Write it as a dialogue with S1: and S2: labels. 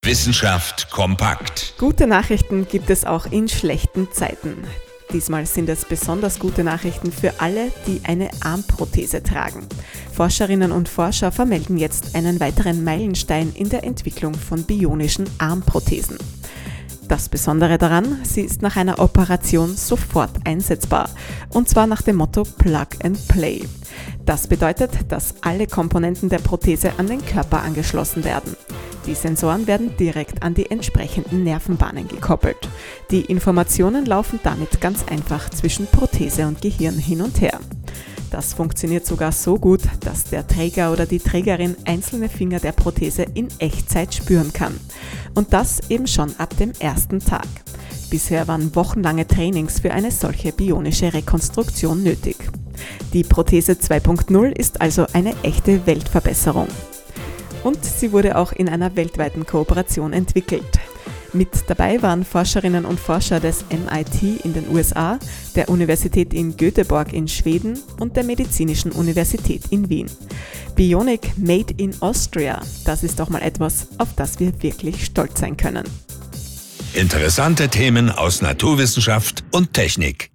S1: Wissenschaft kompakt.
S2: Gute Nachrichten gibt es auch in schlechten Zeiten. Diesmal sind es besonders gute Nachrichten für alle, die eine Armprothese tragen. Forscherinnen und Forscher vermelden jetzt einen weiteren Meilenstein in der Entwicklung von bionischen Armprothesen. Das Besondere daran, sie ist nach einer Operation sofort einsetzbar, und zwar nach dem Motto Plug and Play. Das bedeutet, dass alle Komponenten der Prothese an den Körper angeschlossen werden. Die Sensoren werden direkt an die entsprechenden Nervenbahnen gekoppelt. Die Informationen laufen damit ganz einfach zwischen Prothese und Gehirn hin und her. Das funktioniert sogar so gut, dass der Träger oder die Trägerin einzelne Finger der Prothese in Echtzeit spüren kann. Und das eben schon ab dem ersten Tag. Bisher waren wochenlange Trainings für eine solche bionische Rekonstruktion nötig. Die Prothese 2.0 ist also eine echte Weltverbesserung. Und sie wurde auch in einer weltweiten Kooperation entwickelt. Mit dabei waren Forscherinnen und Forscher des MIT in den USA, der Universität in Göteborg in Schweden und der Medizinischen Universität in Wien. Bionic Made in Austria, das ist doch mal etwas, auf das wir wirklich stolz sein können.
S1: Interessante Themen aus Naturwissenschaft und Technik.